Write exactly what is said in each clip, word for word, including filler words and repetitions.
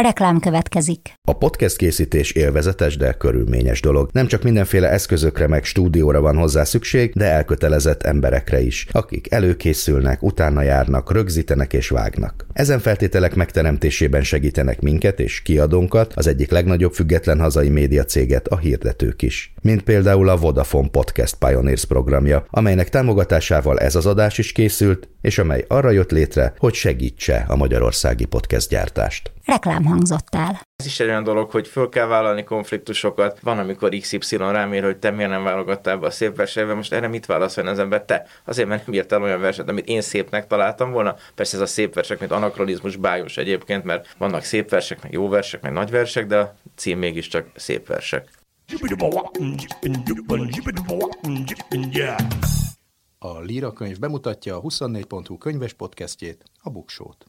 Reklám következik. A podcast készítés élvezetes, de körülményes dolog. Nem csak mindenféle eszközökre meg stúdióra van hozzá szükség, de elkötelezett emberekre is, akik előkészülnek, utána járnak, rögzítenek és vágnak. Ezen feltételek megteremtésében segítenek minket és kiadónkat, az egyik legnagyobb független hazai médiacéget, a hirdetők is. Mint például a Vodafone Podcast Pioneers programja, amelynek támogatásával ez az adás is készült, és amely arra jött létre, hogy segítse a magyarországi podcast gyártást. Reklám hangzott el. Ez is egy olyan dolog, hogy föl kell vállalni konfliktusokat. Van, amikor iksz ipszilon rám ér, hogy te miért nem válogattál be a szép versenybe, most erre mit válaszoljon az ember? Te. Azért, mert nem írtál olyan verset, amit én szépnek találtam volna. Persze ez a szép versek, mint anakronizmus bájos egyébként, mert vannak szép versek, meg jó versek, meg nagy versek, de a cím mégiscsak szép versek. A Líra könyv bemutatja a huszonnégy pont hu könyves podcastjét, a Buksót.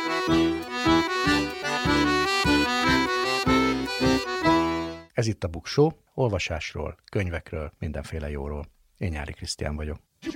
Ez itt a Buksó, olvasásról, könyvekről, mindenféle jóról. Én Nyári Krisztián vagyok.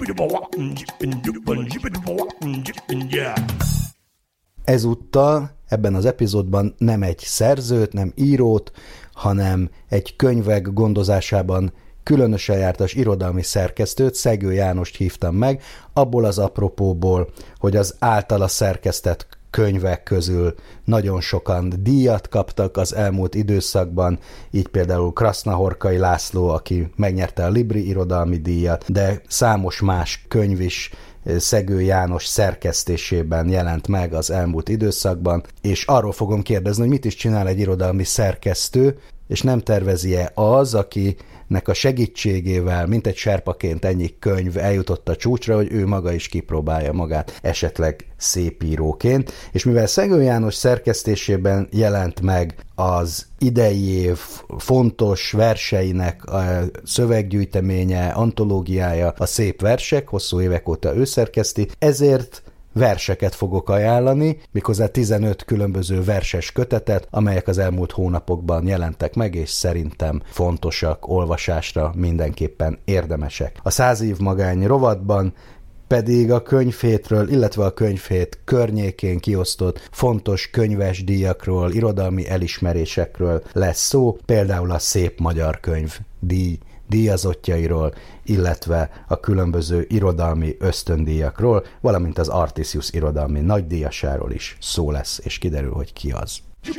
Ezúttal ebben az epizódban nem egy szerzőt, nem írót, hanem egy könyvek gondozásában különösen jártas irodalmi szerkesztőt, Szegő Jánost hívtam meg, abból az apropóból, hogy az általa szerkesztett könyvek közül nagyon sokan díjat kaptak az elmúlt időszakban, így például Krasznahorkai László, aki megnyerte a Libri irodalmi díjat, de számos más könyv is Szegő János szerkesztésében jelent meg az elmúlt időszakban, és arról fogom kérdezni, hogy mit is csinál egy irodalmi szerkesztő, és nem tervezi-e az, akinek a segítségével, mint egy serpaként ennyi könyv eljutott a csúcsra, hogy ő maga is kipróbálja magát esetleg szépíróként. És mivel Szegő János szerkesztésében jelent meg az idei év fontos verseinek a szöveggyűjteménye, antológiája, a szép versek, hosszú évek óta ő szerkeszti, ezért verseket fogok ajánlani, méghozzá tizenöt különböző verses kötetet, amelyek az elmúlt hónapokban jelentek meg, és szerintem fontosak, olvasásra mindenképpen érdemesek. A Száz év magány rovatban pedig a könyvhétről, illetve a könyvhét környékén kiosztott fontos könyves díjakról, irodalmi elismerésekről lesz szó, például a Szép Magyar Könyv díj díjazottjairól, illetve a különböző irodalmi ösztöndíjakról, valamint az Artisius irodalmi nagydíjasáról is szó lesz, és kiderül, hogy ki az.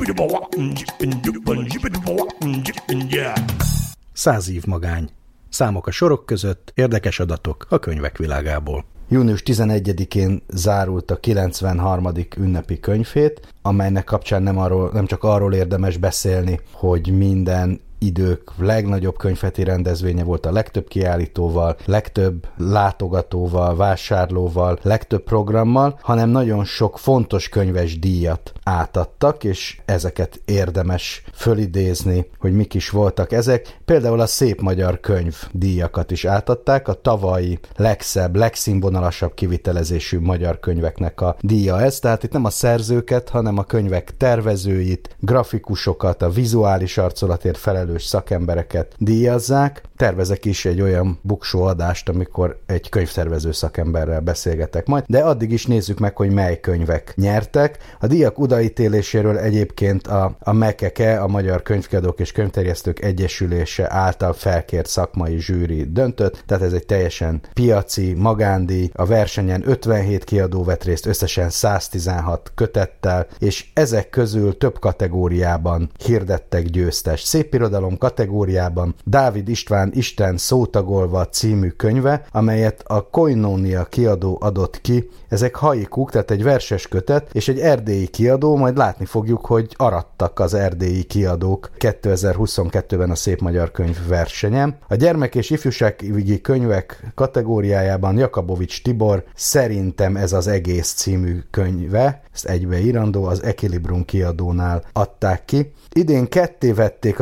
Száz év magány. Számok a sorok között, érdekes adatok a könyvek világából. június tizenegyedikén zárult a kilencvenharmadik ünnepi könyvhét, amelynek kapcsán nem, arról, nem csak arról érdemes beszélni, hogy minden idők legnagyobb könyvheti rendezvénye volt a legtöbb kiállítóval, legtöbb látogatóval, vásárlóval, legtöbb programmal, hanem nagyon sok fontos könyves díjat átadtak, és ezeket érdemes fölidézni, hogy mik is voltak ezek. Például a Szép Magyar Könyv díjakat is átadták, a tavalyi legszebb, legszínvonalasabb kivitelezésű magyar könyveknek a díja ez, tehát itt nem a szerzőket, hanem a könyvek tervezőit, grafikusokat, a vizuális arcolatért felelős szakembereket díjazzák. Tervezek is egy olyan Buksó adást, amikor egy könyvtervező szakemberrel beszélgetek majd, de addig is nézzük meg, hogy mely könyvek nyertek. A díjak odaítéléséről egyébként a, a mekeke, a Magyar Könyvkiadók és Könyvterjesztők Egyesülése által felkért szakmai zsűri döntött, tehát ez egy teljesen piaci, magándíj, a versenyen ötvenhét kiadó vett részt, összesen száztizenhat kötettel, és ezek közül több kategóriában hirdettek győztest. Szépirodalom kategóriában Dávid István Isten szótagolva című könyve, amelyet a Koinónia kiadó adott ki. Ezek haikuk, tehát egy verses kötet, és egy erdélyi kiadó, majd látni fogjuk, hogy arattak az erdélyi kiadók kétezer-huszonkettőben a Szép Magyar Könyv versenyen. A gyermek- és ifjúsági könyvek kategóriájában Jakobovics Tibor Szerintem ez az egész című könyve, ezt egybeírandó, az Equilibrum kiadónál adták ki. Idén ketté vették az ismeretlen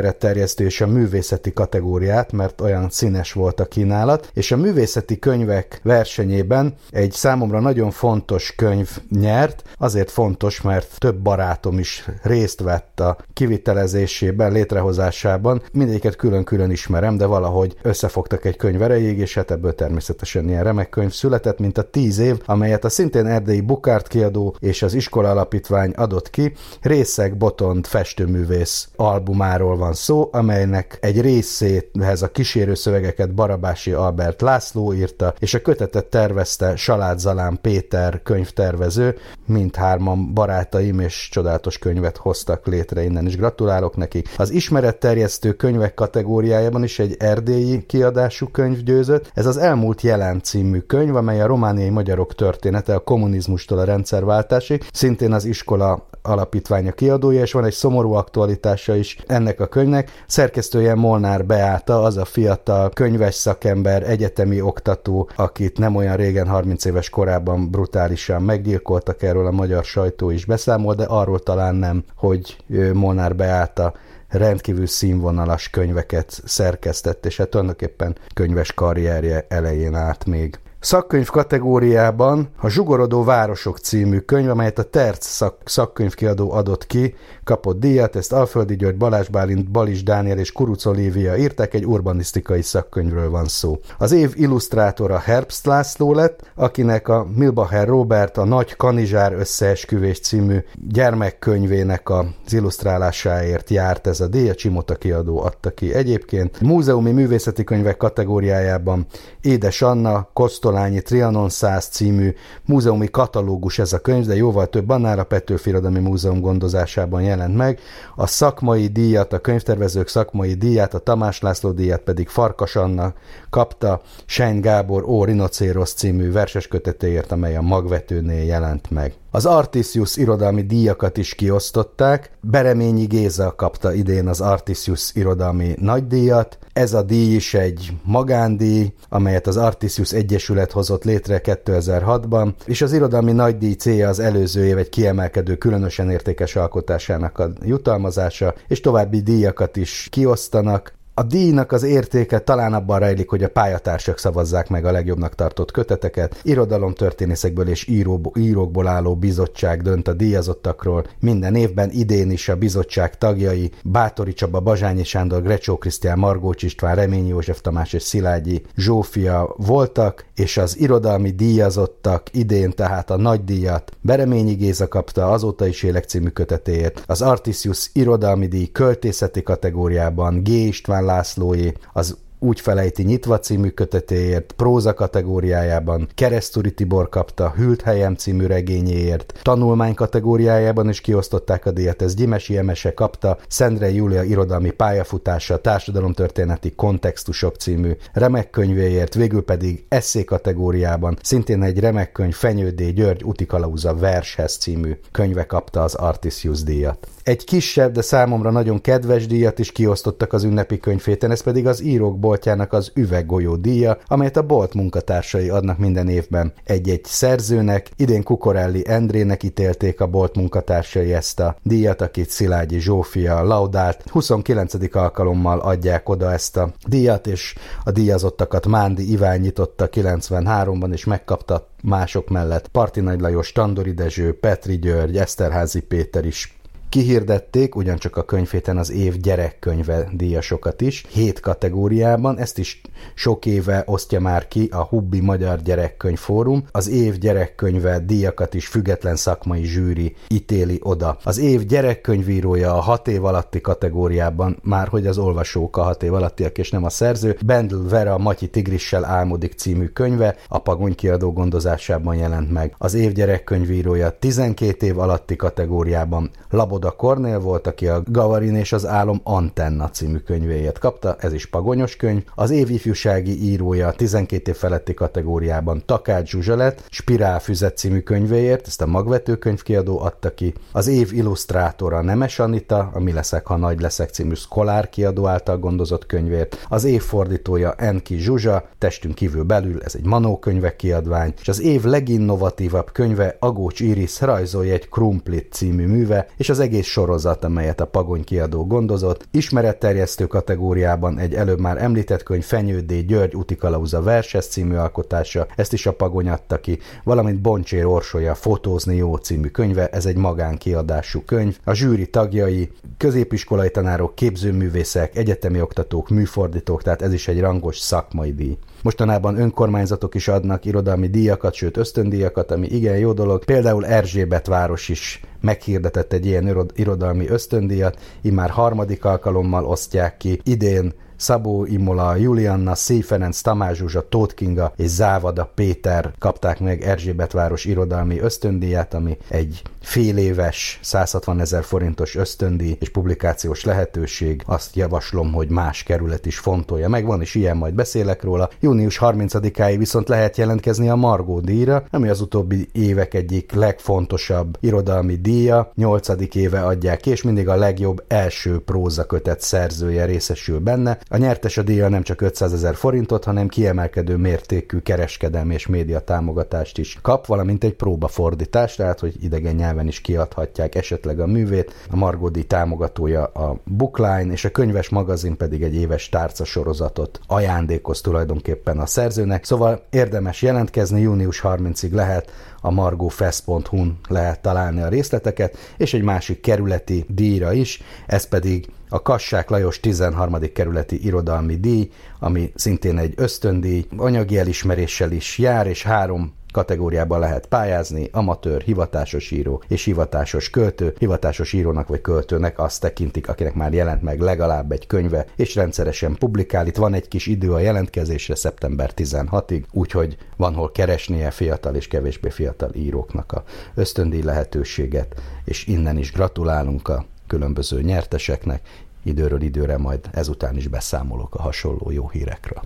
ismeretterjesztő és a művészeti kategóriát, mert olyan színes volt a kínálat, és a művészeti könyvek versenyében egy számomra nagyon fontos könyv nyert, azért fontos, mert több barátom is részt vett a kivitelezésében, létrehozásában. Mindegyiket külön-külön ismerem, de valahogy összefogtak egy könyv erejéig, és hát ebből természetesen ilyen remek könyv született, mint a tíz év, amelyet a szintén erdélyi Bukárt kiadó és az Iskola Alapítvány adott ki. Részeg Botond festőművész albumáról van szó, amelynek egy részéhez a kísérő szövegeket Barabási Albert László írta, és a kötetet tervezte Salád Zalán Péter könyvtervező. Mindhárman barátaim, és csodálatos könyvet hoztak létre, innen is gratulálok nekik. Az ismeretterjesztő könyvek kategóriájában is egy erdélyi kiadású könyv győzött. Ez az Elmúlt jelen című könyv, amely a romániai magyarok története a kommunizmustól a rendszerváltásig, szintén az Iskola Alapítványa kiadója, és van egy szomorú aktualitása is ennek a könyvnek. Szerkesztője Molnár Beáta, az a fiatal könyves szakember, egyetemi oktató, akit nem olyan régen, harminc éves korában brutálisan meggyilkoltak, erről a magyar sajtó is beszámol, de arról talán nem, hogy Molnár Beáta rendkívül színvonalas könyveket szerkesztett, és hát tulajdonképpen könyves karrierje elején állt még. Szakkönyv kategóriában a Zsugorodó városok című könyv, amelyet a Terc szak, szakkönyvkiadó adott ki, kapott díjat, ezt Alföldi György, Balázs Bálint, Balis Dániel és Kuruc Olívia írták, egy urbanisztikai szakkönyvről van szó. Az év illusztrátora Herbst László lett, akinek a Milbacher Róbert a Nagy Kanizsár összeesküvés című gyermekkönyvének az illusztrálásáért járt ez a díj, a Csimota kiadó adta ki egyébként. Múzeumi művészeti könyvek kategóriájában Édes Anna, Kosztolányi Trianon száz című múzeumi katalógus ez a könyv, de jóval több annál, a Petőfi Irodalmi Múzeum gondozásában jelent meg. A szakmai díjat, a könyvtervezők szakmai díját, a Tamás László díjat pedig Farkas Anna kapta Sein Gábor Ó Rinocérosz című verses kötetéért, amely a Magvetőnél jelent meg. Az Artisius irodalmi díjakat is kiosztották. Bereményi Géza kapta idén az Artisius irodalmi nagydíjat. Ez a díj is egy magándíj, amelyet az Artisius Egyesület hozott létre kétezer-hatban, és az irodalmi nagydíj célja az előző év egy kiemelkedő, különösen értékes alkotásának a jutalmazása, és további díjakat is kiosztanak. A díjnak az értéke talán abban rejlik, hogy a pályatársak szavazzák meg a legjobbnak tartott köteteket. Irodalomtörténészekből és író, írókból álló bizottság dönt a díjazottakról. Minden évben, idén is a bizottság tagjai Báthori Csaba, Bazsányi Sándor, Grecsó Krisztián, Margócs István, Reményi József Tamás és Szilágyi Zsófia voltak, és az irodalmi díjazottak idén tehát a nagy díjat Bereményi Géza kapta, Azóta is élek című kötetéért, az Artisius irodalmi díj költészeti kategóriában G. István Lászlóé, az Úgy felejti nyitva című kötetéért, próza kategóriájában Keresztúri Tibor kapta Hűlt helyem című regényéért, tanulmány kategóriájában is kiosztották a díjat, ez Gyimesi Emese kapta Szendrei Júlia irodalmi pályafutása társadalomtörténeti kontextusok című remek könyvéért, végül pedig esszé kategóriában szintén egy remek könyv Fenyő D. György Utikalauza vershez című könyve kapta az Artisius díjat. Egy kisebb, de számomra nagyon kedves díjat is kiosztottak az ünnepi könyvhéten, ez pedig az Írók boltjának az Üveggolyó díja, amelyet a bolt munkatársai adnak minden évben egy-egy szerzőnek. Idén Kukorelli Endrének ítélték a bolt munkatársai ezt a díjat, akit Szilágyi Zsófia laudált. huszonkilencedik alkalommal adják oda ezt a díjat, és a díjazottakat Mándi Iván nyitotta kilencvenháromban, és megkapta mások mellett Parti Nagy Lajos, Tandori Dezső, Petri György, Eszterházy Péter is. Kihirdették ugyancsak a könyvhéten az év gyerekkönyve díjasokat is, hét kategóriában, ezt is sok éve osztja már ki a Hubbi Magyar Gyerekkönyv Fórum. Az év gyerekkönyve díjakat is független szakmai zsűri ítéli oda. Az év gyerekkönyvírója a hat év alatti kategóriában, már hogy az olvasók a hat év alattiak és nem a szerző, Bendl Vera Matyi Tigrissel álmodik című könyve, a Pagony kiadó gondozásában jelent meg. Az év gyerekkönyvírója tizenkét év alatti kategóriában Labod Oda Kornél volt, aki a Gavarin és az Álom Antenna című könyvéért kapta, ez is pagonyos könyv. Az év ifjúsági írója a tizenkét év feletti kategóriában Takács Zsuzsa lett, Spirálfüzet című könyvéért, ezt a Magvető könyvkiadó adta ki. Az év illusztrátora Nemes Anita, a Mi leszek, ha nagy leszek című Szkolár kiadó által gondozott könyvért. Az év fordítója Enki Zsuzsa, Testünk kívül belül, ez egy Manó könyvek kiadvány, és az év leginnovatívabb könyve Agócs Iris Rajzolj egy krumplit című műve, és az egész sorozat, amelyet a Pagony kiadó gondozott. Ismeretterjesztő kategóriában egy előbb már említett könyv, Fenyő D. György Utikalauza verses című alkotása, ezt is a Pagony adta ki, valamint Boncsér Orsolya Fotózni jó című könyve, ez egy magánkiadású könyv. A zsűri tagjai középiskolai tanárok, képzőművészek, egyetemi oktatók, műfordítók, tehát ez is egy rangos szakmai díj. Mostanában önkormányzatok is adnak irodalmi díjakat, sőt ösztöndíjakat, ami igen jó dolog. Például Erzsébetváros is meghirdetett egy ilyen irodalmi ösztöndíjat, immár harmadik alkalommal osztják ki. Idén Szabó Imola, Julianna, Szély Ferenc, Tamás Zsuzsa, Tóth Kinga és Závada Péter kapták meg Erzsébetváros irodalmi ösztöndíjat, ami egy fél éves, száz hatvan ezer forintos ösztöndíj és publikációs lehetőség. Azt javaslom, hogy más kerület is fontolja meg, van is ilyen, majd beszélek róla. június harmincadikáig viszont lehet jelentkezni a Margó díjra, ami az utóbbi évek egyik legfontosabb irodalmi díja, nyolcadik éve adják ki, és mindig a legjobb első prózakötet szerzője részesül benne. A nyertes a díjjal nem csak ötszázezer forintot, hanem kiemelkedő mértékű kereskedelmi és média támogatást is kap, valamint egy próbafordítást, tehát hogy idegen nyelven is kiadhatják esetleg a művét. A Margó díj támogatója a Bookline, és a könyves magazin pedig egy éves tárcasorozatot ajándékoz tulajdonképpen a szerzőnek. Szóval érdemes jelentkezni, június harmincadikáig lehet, a margófest pont hu-n lehet találni a részleteket, és egy másik kerületi díjra is, ez pedig a Kassák Lajos tizenharmadik kerületi irodalmi díj, ami szintén egy ösztöndíj, anyagi elismeréssel is jár, és három kategóriában lehet pályázni: amatőr, hivatásos író és hivatásos költő. Hivatásos írónak vagy költőnek azt tekintik, akinek már jelent meg legalább egy könyve, és rendszeresen publikál. Itt van egy kis idő a jelentkezésre, szeptember tizenhatodikáig, úgyhogy van hol keresnie fiatal és kevésbé fiatal íróknak a ösztöndíj lehetőséget, és innen is gratulálunk a különböző nyerteseknek. Időről időre majd ezután is beszámolok a hasonló jó hírekről.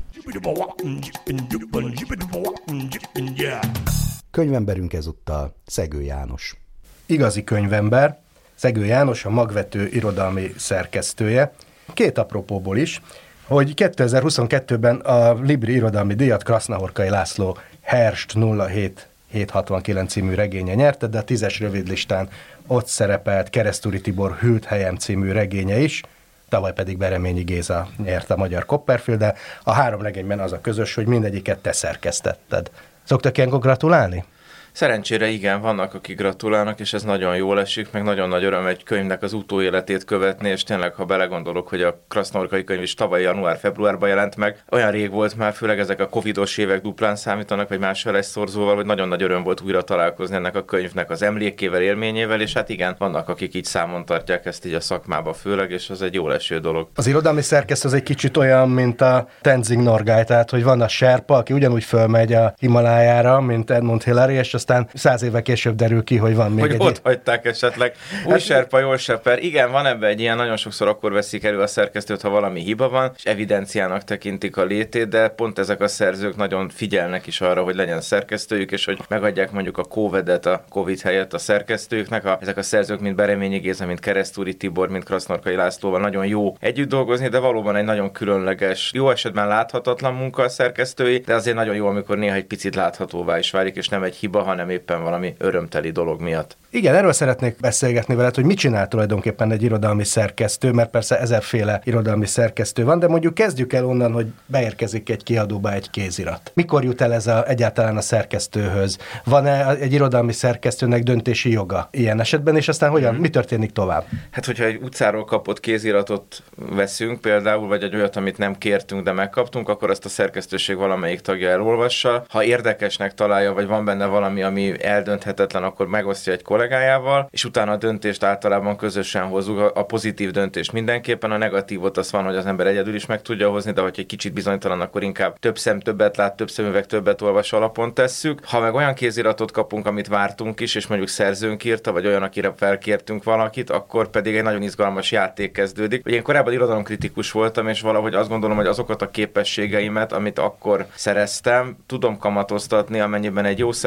Könyvemberünk ezúttal Szegő János. Igazi könyvember, Szegő János, a Magvető irodalmi szerkesztője. Két apropóból is, hogy kétezer-huszonkettőben a Libri irodalmi díjat Krasznahorkai László Herst nulla hét hétszázhatvankilenc című regénye nyerte, de a tízes rövidlistán ott szerepelt Keresztúri Tibor Hűlt helyem című regénye is, tavaly pedig Bereményi Géza nyerte a Magyar Copperfield-del. A három regényben az a közös, hogy mindegyiket te szerkesztetted. Szoktak ilyenkor gratulálni? Szerencsére igen, vannak, akik gratulálnak, és ez nagyon jól esik, meg nagyon nagy öröm egy könyvnek az utóéletét követni, és tényleg, ha belegondolok, hogy a Krasznahorkai könyv is tavaly január-februárban jelent meg, olyan rég volt már, főleg ezek a covidos évek duplán számítanak, vagy mással egy szorzóval, hogy nagyon nagy öröm volt újra találkozni ennek a könyvnek az emlékével, élményével, és hát igen, vannak, akik így számon tartják ezt így a szakmába főleg, és az egy jól eső dolog. Az irodalmi szerkesztő az egy kicsit olyan, mint a Tenzing Norgay, tehát hogy van a serpa, aki ugyanúgy fölmegy a Himalájára, mint Edmund Hillary, és aztán száz évvel később derül ki, hogy van még hogy egy... Hogy ott hagyták esetleg. Új serpa, jól seper. Igen, van ebben egy ilyen, nagyon sokszor akkor veszik elő a szerkesztőt, ha valami hiba van, és evidenciának tekintik a létét, de pont ezek a szerzők nagyon figyelnek is arra, hogy legyen szerkesztőjük, és hogy megadják mondjuk a Covedet a Covid helyett a szerkesztőknek. A, ezek a szerzők, mint Bereményi Géza, mint Keresztúri Tibor, mint Krasznahorkai Lászlóval nagyon jó együtt dolgozni, de valóban egy nagyon különleges, jó esetben láthatatlan munka a szerkesztői, de azért nagyon jó, amikor néha egy picit láthatóvá is válik, és nem egy hiba, hanem éppen valami örömteli dolog miatt. Igen, erről szeretnék beszélgetni veled, hogy mit csinál tulajdonképpen egy irodalmi szerkesztő, mert persze ezerféle irodalmi szerkesztő van, de mondjuk kezdjük el onnan, hogy beérkezik egy kiadóba egy kézirat. Mikor jut el ez a, egyáltalán a szerkesztőhöz? Van-e egy irodalmi szerkesztőnek döntési joga ilyen esetben, és aztán hogyan, mm. mi történik tovább? Hát, hogyha egy utcáról kapott kéziratot veszünk például, vagy egy olyat, amit nem kértünk, de megkaptunk, akkor azt a szerkesztőség valamelyik tagja elolvassa. Ha érdekesnek találja, vagy van benne valami, ami eldönthetetlen, akkor megosztja egy kollégájával, és utána a döntést általában közösen hozzuk, a pozitív döntést mindenképpen, a negatívot az van, hogy az ember egyedül is meg tudja hozni, de hogyha egy kicsit bizonytalan, akkor inkább több szem többet lát, több szemüveg többet olvas alapon tesszük. Ha meg olyan kéziratot kapunk, amit vártunk is, és mondjuk szerzőnk írta, vagy olyan, akire felkértünk valakit, akkor pedig egy nagyon izgalmas játék kezdődik. Ugye én korábban irodalomkritikus voltam, és valahogy azt gondolom, hogy azokat a képességeimet, amit akkor szereztem, tudom kamatoztatni, amennyiben egy jó szerkesztő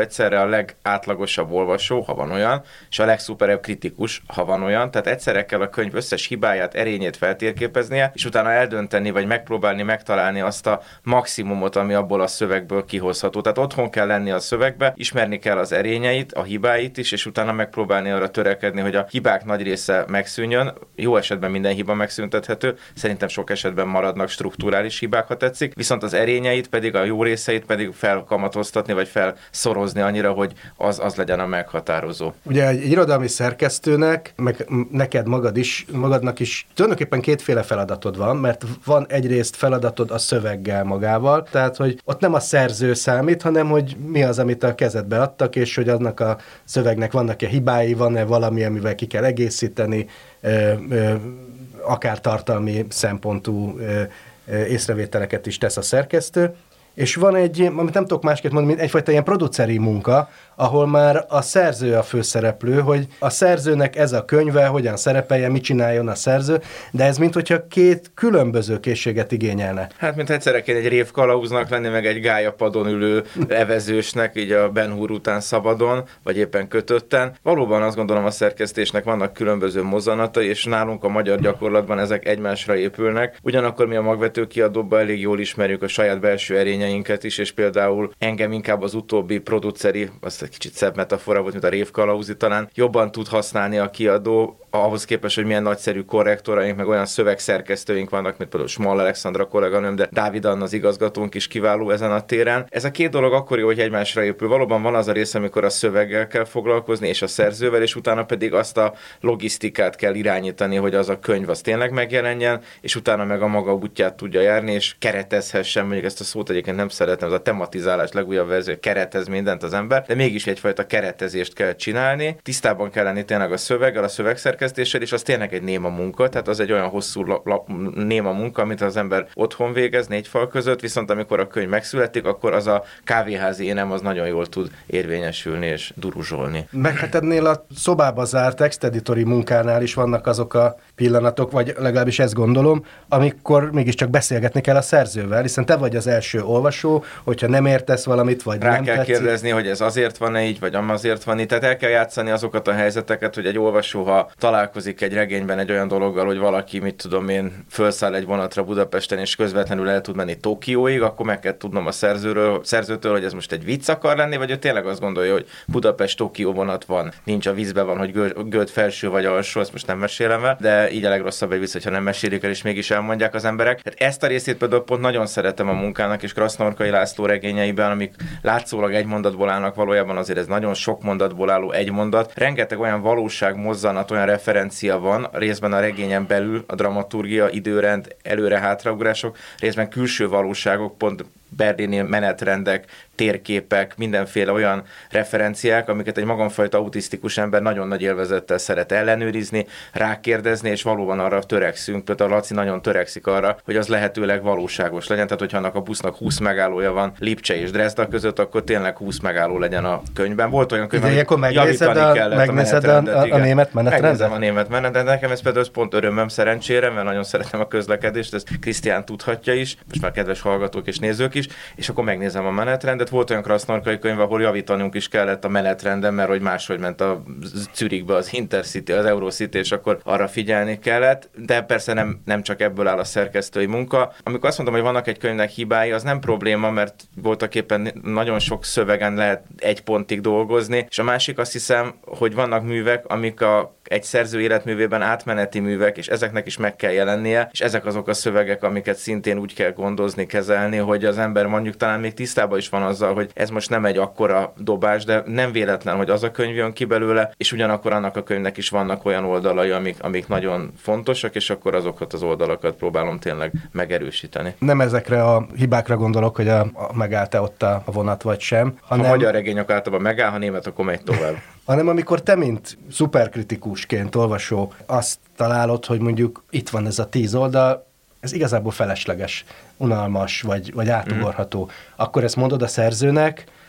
egyszerre a legátlagosabb olvasó, ha van olyan, és a legszuperebb kritikus, ha van olyan. Tehát egyszerre kell a könyv összes hibáját, erényét feltérképeznie, és utána eldönteni, vagy megpróbálni megtalálni azt a maximumot, ami abból a szövegből kihozható. Tehát otthon kell lenni a szövegbe, ismerni kell az erényeit, a hibáit is, és utána megpróbálni arra törekedni, hogy a hibák nagy része megszűnjön. Jó esetben minden hiba megszüntethető, szerintem sok esetben maradnak strukturális hibák, ha tetszik, viszont az erényeit pedig, a jó részeit pedig felkamatoztatni, vagy felszorozni annyira, hogy az, az legyen a meghatározó. Ugye egy irodalmi szerkesztőnek, meg neked magad is, magadnak is tulajdonképpen kétféle feladatod van, mert van egyrészt feladatod a szöveggel magával, tehát hogy ott nem a szerző számít, hanem hogy mi az, amit a kezedbe adtak, és hogy annak a szövegnek vannak-e hibái, van-e valami, amivel ki kell egészíteni, ö, ö, akár tartalmi szempontú ö, ö, észrevételeket is tesz a szerkesztő. És van egy, amit nem tudok másképp mondani, mint egyfajta ilyen produceri munka, ahol már a szerző a főszereplő, hogy a szerzőnek ez a könyve, hogyan szerepeljen, mit csináljon a szerző, de ez mint hogyha két különböző készséget igényelne. Hát, mint egyszerre kéne egy révkalauznak lenni, meg egy gályapadon ülő evezősnek, így a Ben Hur után szabadon, vagy éppen kötötten. Valóban azt gondolom, a szerkesztésnek vannak különböző mozzanatai, és nálunk a magyar gyakorlatban ezek egymásra épülnek. Ugyanakkor mi a Magvető Kiadóban elég jól ismerjük a saját belső erényeinket is, és például engem inkább az utóbbi produceri, azt egy kicsit szebb metafora volt, mint a révkalauzi talán, jobban tud használni a kiadó, ahhoz képest, hogy milyen nagyszerű korrektoraink, meg olyan szövegszerkesztőink vannak, mint például Small Alexandra kolléganőm, de Dávid Anna az igazgatónk is kiváló ezen a téren. Ez a két dolog akkor jó, hogy egymásra épül. Valóban van az a rész, amikor a szöveggel kell foglalkozni, és a szerzővel, és utána pedig azt a logisztikát kell irányítani, hogy az a könyv az tényleg megjelenjen, és utána meg a maga útját tudja járni, és keretezhessen, mondjuk ezt a szót egyébként nem szeretem, ez a tematizálás legújabb verzió, keretez mindent az ember, de mégis egyfajta keretezést kell csinálni. Tisztában kell lenni tényleg a szöveggel, a szövegszerkesztéssel, és az tényleg egy néma munka, tehát az egy olyan hosszú la, la, néma munka, amit az ember otthon végez négy fal között, viszont amikor a könyv megszületik, akkor az a kávéházi énem az nagyon jól tud érvényesülni és duruzsolni. Meg hát ennél a szobába zárt texteditori munkánál is vannak azok a pillanatok, vagy legalábbis ezt gondolom, amikor mégiscsak beszélgetni kell a szerzővel, hiszen te vagy az első olvasó, hogyha nem értesz valamit, vagy Rá nem kell tetszik. kérdezni, hogy ez azért van-e így, vagy azért van így. Tehát el kell játszani azokat a helyzeteket, hogy egy olvasó, ha találkozik egy regényben egy olyan dologgal, hogy valaki, mit tudom én, felszáll egy vonatra Budapesten, és közvetlenül el tud menni Tokióig, akkor meg kell tudnom a szerzőről, szerzőtől, hogy ez most egy vicc akar lenni, vagy ő tényleg azt gondolja, hogy Budapest-Tokió vonat van, nincs a vízben van, hogy göld felső vagy alsó, ezt most nem mesélem el, de így a legrosszabb egy vicc, hogyha nem mesélik el, és mégis elmondják az emberek. Tehát ezt a részét például pont nagyon szeretem a munkának, és Krasznahorkai László regényeiben, amik látszólag egy mondatból állnak, valójában azért ez nagyon sok mondatból álló egy mondat. Rengeteg olyan valóság mozzanat, olyan referencia van, részben a regényen belül a dramaturgia, időrend, előre-hátraugrások, részben külső valóságok, pont berlini menetrendek, térképek, mindenféle olyan referenciák, amiket egy magamfajta autisztikus ember nagyon nagy élvezettel szeret ellenőrizni, rákérdezni, és valóban arra törekszünk. Például Laci nagyon törekszik arra, hogy az lehetőleg valóságos legyen. Tehát, hogyha annak a busznak húsz megállója van Lipcse és Dresda között, akkor tényleg húsz megálló legyen a könyvben. Volt olyan könyv, amit javítani kellett a menetrendet. A, a német menetrendet? Megnézem a német menetrendet. Nekem ez például pont örömöm szerencsére, mert nagyon szeretem a közlekedést, ezt Krisztián tudhatja is, most már kedves hallgatók és nézők is, és akkor megnézem a menetrendet. Volt olyan krasznahorkai könyv, ahol javítanunk is kellett a menetrenden, mert hogy máshogy ment a Zürichbe az Intercity, az Eurocity, és akkor arra figyelni kellett, de persze nem, nem csak ebből áll a szerkesztői munka. Amikor azt mondom, hogy vannak egy könyvnek hibái, az nem probléma, mert voltaképpen nagyon sok szövegen lehet egy pontig dolgozni, és a másik azt hiszem, hogy vannak művek, amik a egy szerző életművében átmeneti művek, és ezeknek is meg kell jelennie, és ezek azok a szövegek, amiket szintén úgy kell gondozni, kezelni, hogy az ember mondjuk talán még tisztában is van azzal, hogy ez most nem egy akkora dobás, de nem véletlen, hogy az a könyv jön ki belőle, és ugyanakkor annak a könyvnek is vannak olyan oldalai, amik, amik nagyon fontosak, és akkor azokat az oldalakat próbálom tényleg megerősíteni. Nem ezekre a hibákra gondolok, hogy a, a megáll-e ott a vonat vagy sem, hanem... Ha magyar regények általában megáll, ha német, akkor megy tovább. hanem amikor te, mint szuperkritikusként olvasó, azt találod, hogy mondjuk itt van ez a tíz oldal, ez igazából felesleges, unalmas, vagy, vagy átugorható. Mm. Akkor ezt mondod a szerzőnek,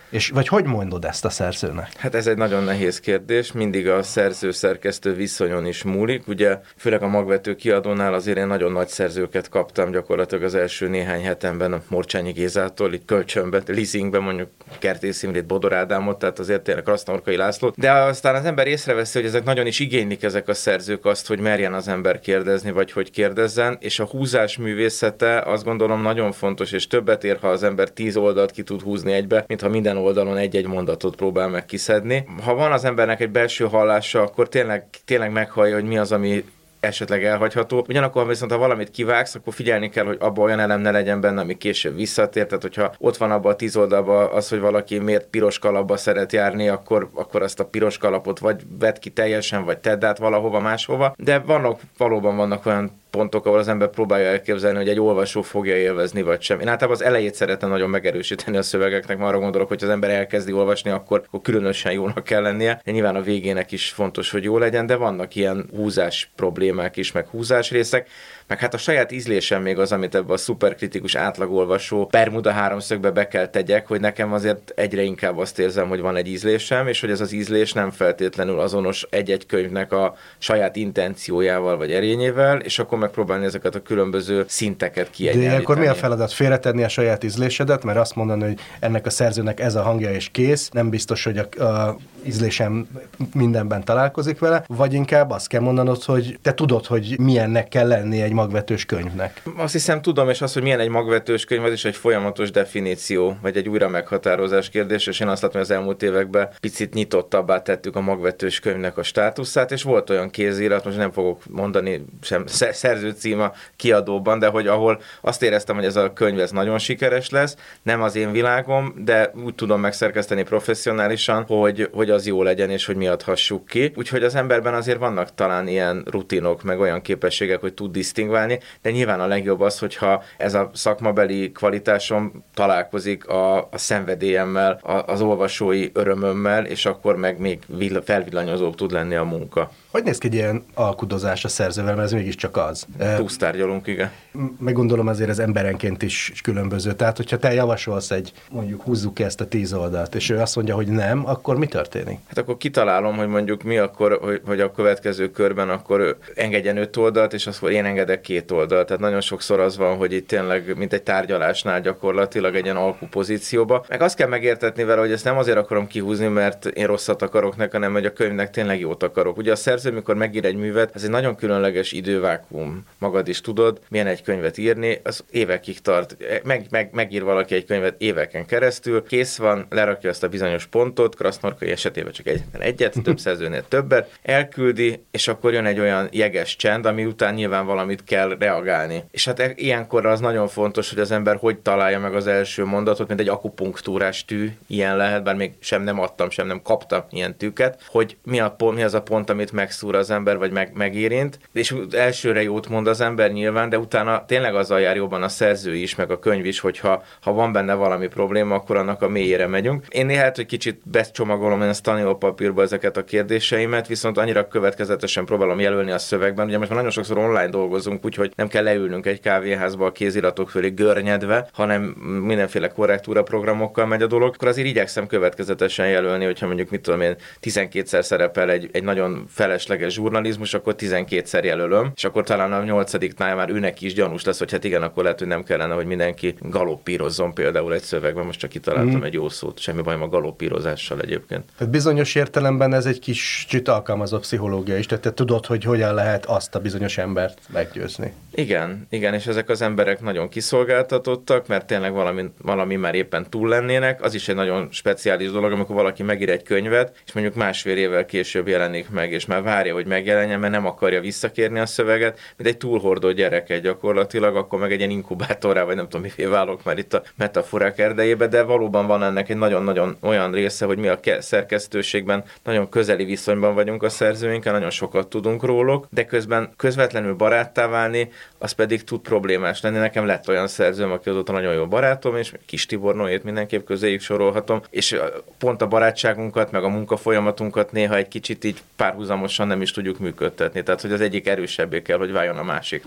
És vagy hogy mondod ezt a szerzőnek? Hát ez egy nagyon nehéz kérdés, mindig a szerző-szerkesztő viszonyon is múlik. Ugye főleg a magvető kiadónál azért én nagyon nagy szerzőket kaptam gyakorlatilag az első néhány hetemben a Morcsányi Gézától, így kölcsönbe, leasingbe mondjuk Kertész Imrét, Bodor Ádámot, tehát azért tényleg Krasznahorkai Lászlót. De aztán az ember észreveszi, hogy ezek nagyon is igénylik ezek a szerzők azt, hogy merjen az ember kérdezni, vagy hogy kérdezzen, és a húzás művészete azt gondolom nagyon fontos, és többet ér, ha az ember tíz oldalt ki tud húzni egybe, mint ha minden oldalon egy-egy mondatot próbál meg kiszedni. Ha van az embernek egy belső hallása, akkor tényleg, tényleg meghallja, hogy mi az, ami esetleg elhagyható. Ugyanakkor viszont, ha valamit kivágsz, akkor figyelni kell, hogy abban olyan elem ne legyen benne, ami később visszatér. Tehát, hogyha ott van abban a tíz oldalban az, hogy valaki miért piros kalapba szeret járni, akkor, akkor azt a piros kalapot vagy vedd ki teljesen, vagy tedd át valahova máshova. De vannak, valóban vannak olyan pontok, ahol az ember próbálja elképzelni, hogy egy olvasó fogja élvezni, vagy sem. Én általában az elejét szeretem nagyon megerősíteni a szövegeknek, mert arra gondolok, hogy az ember elkezdi olvasni, akkor, akkor különösen jónak kell lennie. De nyilván a végének is fontos, hogy jó legyen, de vannak ilyen húzás problémák is, meg húzás részek. Meg hát a saját ízlésem még az, amit ebbe a szuperkritikus átlagolvasó Bermuda háromszögbe be kell tegyek, hogy nekem azért egyre inkább azt érzem, hogy van egy ízlésem, és hogy ez az ízlés nem feltétlenül azonos egy-egy könyvnek a saját intenciójával vagy erényével, és akkor megpróbálni ezeket a különböző szinteket kiegyenlíteni. De akkor mi a feladat? Félretenni a saját ízlésedet, mert azt mondani, hogy ennek a szerzőnek ez a hangja és kész, nem biztos, hogy a, a ízlésem mindenben találkozik vele, vagy inkább azt kell mondanod, hogy te tudod, hogy milyennek kell lenni egy magvetős könyvnek. Azt hiszem tudom, és az, hogy milyen egy magvetős könyv, az is egy folyamatos definíció, vagy egy újra meghatározás kérdés, és én azt látom, hogy az elmúlt években picit nyitottabbá tettük a magvetős könyvnek a státuszát, és volt olyan kézirat, most nem fogok mondani sem szerzőcím a kiadóban, de hogy ahol azt éreztem, hogy ez a könyv ez nagyon sikeres lesz, nem az én világom, de úgy tudom megszerkeszteni professzionálisan, hogy, hogy az jó legyen, és hogy mi adhassuk ki. Úgyhogy az emberben azért vannak talán ilyen rutinok, meg olyan képességek, hogy tud disztingválni, de nyilván a legjobb az, hogyha ez a szakmabeli kvalitásom találkozik a, a szenvedélyemmel, a, az olvasói örömömmel, és akkor meg még felvillanyozóbb tud lenni a munka. Hogy néz ki egy ilyen alkudozás a szerzővel, mert ez mégiscsak az? Túlsztárgyalunk, igen. Meggondolom azért ez emberenként is különböző. Tehát, hogyha te javasolsz egy, mondjuk húzzuk ki ezt a tíz oldalt, és ő azt mondja, hogy nem, akkor mi történik? Hát akkor kitalálom, hogy mondjuk mi akkor, hogy, hogy a következő körben akkor engedjen öt oldalt, és akkor én engedek két oldalt. Tehát nagyon sokszor az van, hogy itt tényleg, mint egy tárgyalásnál gyakorlatilag egy ilyen alkupozícióba. Meg azt kell megértetni vele, hogy ezt nem azért akarom kihúzni, mert én rosszat akarok neki, hanem hogy a könyvnek tényleg jót akarok. Ugye a szerző, amikor megír egy művet, ez egy nagyon különleges idővákuum. Magad is tudod, milyen egy könyvet írni, az évekig tart. Meg, meg, megír valaki egy könyvet éveken keresztül, kész van, lerakja azt a bizonyos pontot, Krasznahorkai esetében csak egyetlen egyet, több szerzőnél többet, elküldi, és akkor jön egy olyan jeges csend, ami után nyilván valamit kell reagálni. És hát ilyenkor az nagyon fontos, hogy az ember hogy találja meg az első mondatot, mint egy akupunktúrás tű, ilyen lehet, bár még sem nem adtam, sem nem kaptam ilyen tűket, hogy mi, a pont, mi az a pont, amit megszúr az ember, vagy meg, megérint, és elsőre jót mond az ember nyilván, de utána tényleg azzal jár jobban a szerző is, meg a könyv is, hogyha ha van benne valami probléma, akkor annak a mélyére megyünk. Én néha, hogy kicsit becsomagolom én a tanulópapírba ezeket a kérdéseimet, viszont annyira következetesen próbálom jelölni a szövegben. Ugye most már nagyon sokszor online dolgozunk, úgyhogy nem kell leülnünk egy kávéházba a kéziratok fölé görnyedve, hanem mindenféle korrektúra programokkal megy a dolog. Akkor azért igyekszem következetesen jelölni, hogyha mondjuk mit tudom én, tizenkétszer szerepel egy, egy nagyon felesleges zsurnalizmus, akkor tizenkétszer jelölöm, és akkor talán a nyolcadiknál már őnek is gyanús lesz, hogy hát igen, akkor lehet, hogy nem kellene, hogy mindenki galoppírozzon például egy szövegben, most csak kitaláltam mm. egy jó szót, semmi bajom a galoppírozással egyébként. Tehát bizonyos értelemben ez egy kis kicsit alkalmazott pszichológia is, tehát te tudod, hogy hogyan lehet azt a bizonyos embert meggyőzni. Igen, igen, és ezek az emberek nagyon kiszolgáltatottak, mert tényleg valami, valami már éppen túl lennének. Az is egy nagyon speciális dolog, amikor valaki megír egy könyvet, és mondjuk másfél évvel később jelenik meg, és már várja, hogy megjelenjen, mert nem akarja visszakérni a szöveget, mint egy túlhordó gyereke gyakorlatilag, akkor meg egy ilyen inkubátorrá, vagy nem tudom, mivé válok már itt a metaforák erdejébe, de valóban van ennek egy nagyon-nagyon olyan része, hogy mi a szerkesztőségben nagyon közeli viszonyban vagyunk a szerzőinkkel, nagyon sokat tudunk róluk, de közben közvetlenül baráttá válni, az pedig tud problémás lenni. Nekem lett olyan szerzőm, aki azóta nagyon jó barátom, és Kis Tibor Noét mindenképp közéjük sorolhatom, és pont a barátságunkat, meg a munkafolyamatunkat néha egy kicsit így párhuzamosan nem is tudjuk működtetni. Tehát, hogy az egyik erősebbé kell, hogy váljon a másiknál.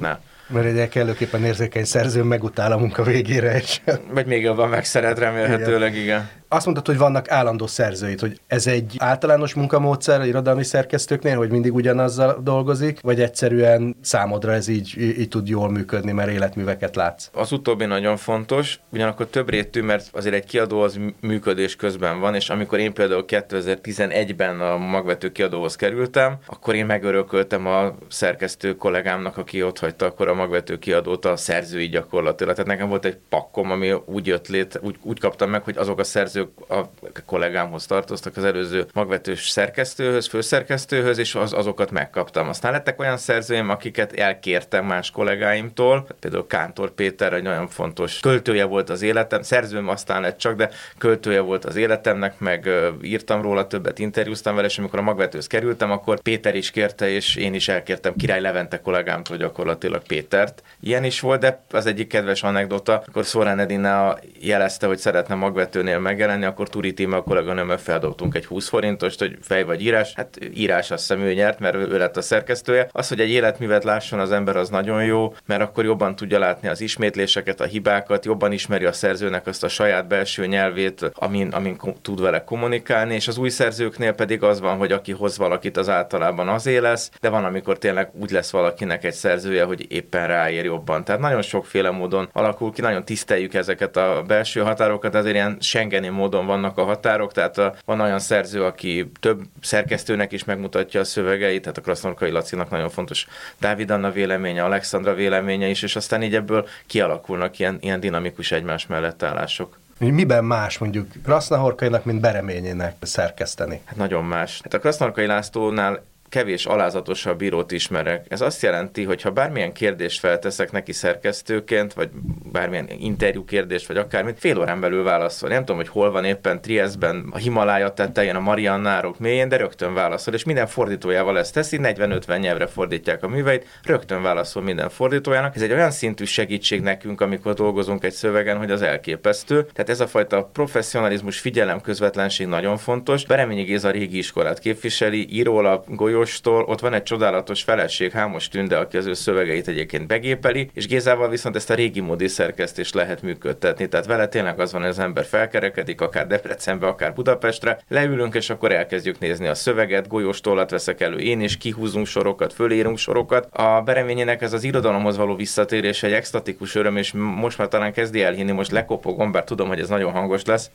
Mert egy kellőképpen érzékeny szerző megutál a munka végére is. Vagy még jobban megszeret, remélhetőleg, igen. igen. Azt mondtad, hogy vannak állandó szerzőid, hogy ez egy általános munkamódszer irodalmi szerkesztőknél, hogy mindig ugyanazzal dolgozik, vagy egyszerűen számodra ez így, így tud jól működni, mert életműveket látsz? Az utóbbi nagyon fontos, ugyanakkor több rétű, mert azért egy kiadó az működés közben van, és amikor én például kétezer-tizenegyben a Magvető kiadóhoz kerültem, akkor én megörököltem a szerkesztő kollégámnak, aki ott hagyta akkor a Magvető kiadót, a szerzői gyakorlatilag. Tehát nekem volt egy pakkom, ami úgy jött lét, úgy, úgy kaptam meg, hogy azok a szerzők a kollégámhoz tartoztak, az előző magvetős szerkesztőhöz, főszerkesztőhöz, és az, azokat megkaptam. Aztán lettek olyan szerzőim, akiket elkértem más kollégáimtól, például Kántor Péter egy nagyon fontos költője volt az életem, szerzőm aztán lett csak, de költője volt az életemnek, meg uh, írtam róla, többet interjúztam vele, és amikor a magvetőhöz kerültem, akkor Péter is kérte, és én is elkértem Király Levente kollégámtól gyakorlatilag Pétert. Ilyen is volt, de az egyik kedves anekdota, akkor Szórán Edina jelezte, hogy szeretne magvetőnél meg lenni, akkor Turi Tíme a kolléganőmmel feldobtunk egy húsz forintost, hogy fej vagy írás. Hát írás, azt hiszem ő nyert, mert ő lett a szerkesztője. Az, hogy egy életművet lásson az ember, az nagyon jó, mert akkor jobban tudja látni az ismétléseket, a hibákat, jobban ismeri a szerzőnek azt a saját belső nyelvét, amin, amin tud vele kommunikálni, és az új szerzőknél pedig az van, hogy aki hoz valakit, az általában azé lesz, de van, amikor tényleg úgy lesz valakinek egy szerzője, hogy éppen ráér jobban. Tehát nagyon sokféle módon alakul ki, nagyon tiszteljük ezeket a belső határokat, azért ilyen Schengeni módon vannak a határok, tehát a, van olyan szerző, aki több szerkesztőnek is megmutatja a szövegeit, tehát a Krasznorkai Lacinak nagyon fontos Dávid Anna véleménye, Alexandra véleménye is, és aztán így ebből kialakulnak ilyen, ilyen dinamikus egymás mellett állások. Miben más mondjuk Krasznahorkainak, mint Bereményének szerkeszteni? Hát nagyon más. Hát a Krasznahorkai Lászlónál kevés alázatosabb írót ismerek. Ez azt jelenti, hogy ha bármilyen kérdést felteszek neki szerkesztőként, vagy bármilyen interjú kérdést, vagy akármit, fél órán belül válaszol. Nem tudom, hogy hol van éppen Triesztben, a Himalája tetején, a Mariannárok mélyén, de rögtön válaszol, és minden fordítójával ezt teszi, negyven-ötven nyelvre fordítják a műveit, rögtön válaszol minden fordítójának. Ez egy olyan szintű segítség nekünk, amikor dolgozunk egy szövegen, hogy az elképesztő. Tehát ez a fajta professzionalizmus, figyelem, közvetlenség nagyon fontos. Bereményi Géza régi iskolát képviseli, írólap, Golyóstól, ott van egy csodálatos feleség, Hámos Tünde, aki az ő szövegeit egyébként begépeli, és Gézával viszont ezt a régi módi szerkesztést lehet működtetni. Tehát vele tényleg az van, hogy az ember felkerekedik, akár Debrecenbe, akár Budapestre, leülünk, és akkor elkezdjük nézni a szöveget, Golyóstollat veszek elő én is, kihúzunk sorokat, fölírunk sorokat. A Bereményének ez az irodalomhoz való visszatérés egy extatikus öröm, és most már talán kezdi elhinni, most lekopogom, bár tudom, hogy ez nagyon hangos lesz,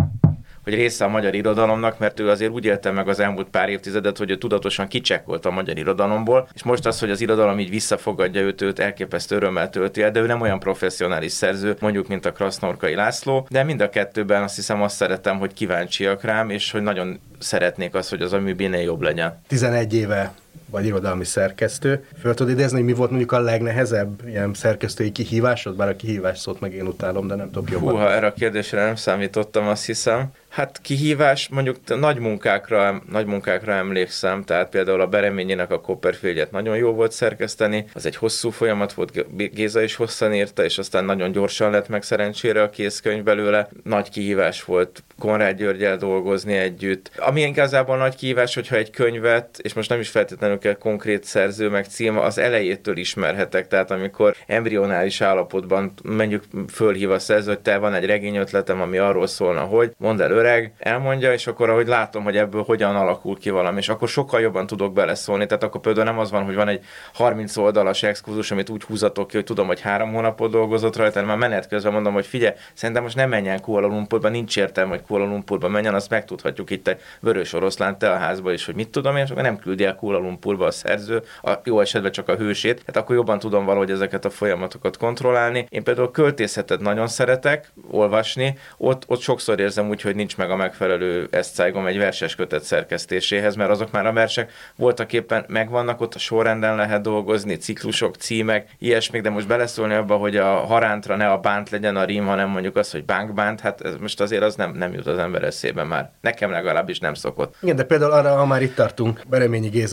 hogy része a magyar irodalomnak, mert ő azért úgy élte meg az elmúlt pár évtizedet, hogy ő tudatosan kicsekkolt a magyar irodalomból, és most az, hogy az irodalom így visszafogadja őt, őt elképesztő örömmel tölti el, de ő nem olyan professzionális szerző, mondjuk, mint a Krasznahorkai László, de mind a kettőben azt hiszem azt szeretem, hogy kíváncsiak rám, és hogy nagyon szeretnék azt, hogy az a mű minél jobb legyen. tizenegy éve vagy irodalmi szerkesztő. Föl tudod idézni, hogy mi volt mondjuk a legnehezebb ilyen szerkesztői kihívásod? Bár a kihívás szót meg én utálom, de nem tudok jobban. Húha, erre a kérdésre nem számítottam, azt hiszem. Hát kihívás, mondjuk nagy munkákra, nagy munkákra emlékszem, tehát például a Bereményének a Copperfieldjet nagyon jó volt szerkeszteni, az egy hosszú folyamat volt, Géza is hosszan írta, és aztán nagyon gyorsan lett meg szerencsére a készkönyv belőle. Nagy kihívás volt Konrád Györggyel dolgozni együtt. Ami igazából nagy kihívás, hogyha egy könyvet, és most nem is feltétlenül kell konkrét szerző meg cím, az elejétől ismerhetek, tehát amikor embrionális állapotban mondjuk fölhív a szerző, hogy te van egy regényötletem, ami arról szólna, hogy mondd el, öreg, elmondja, és akkor ahogy látom, hogy ebből hogyan alakul ki valami, és akkor sokkal jobban tudok beleszólni, tehát akkor például nem az van, hogy van egy harminc oldalas exkurzus, amit úgy húzatok ki, hogy tudom, hogy három hónapot dolgozott rajta, hanem már menet közben mondom, hogy figyelj, szerintem most nem menjen Kuala Lumpurba, nincs értelme, hogy Kuala Lumpurba menjen, azt megtudhatjuk itt egy Vörös Oroszlán teltházba is, hogy mit tudom én, és akkor nem küldi el Kuala Lumpurba a szerző, a jó esetben csak a hősét, tehát akkor jobban tudom valahogy ezeket a folyamatokat kontrollálni. Én például költészetet nagyon szeretek olvasni, ott, ott sokszor érzem úgy, hogy nincs meg a megfelelő eszcájgom egy verses kötet szerkesztéséhez, mert azok már a versek voltak éppen megvannak, ott a sorrenden lehet dolgozni, ciklusok, címek, ilyesmik, de most beleszólni abba, hogy a harántra ne a bánt legyen a rím, hanem mondjuk az, hogy bánk-bánt, hát ez most azért az nem, nem jut az ember eszébe már. Nekem legalábbis nem szokott. Igen, de például arra, ha már itt tartunk, Bereményi Géza irodalom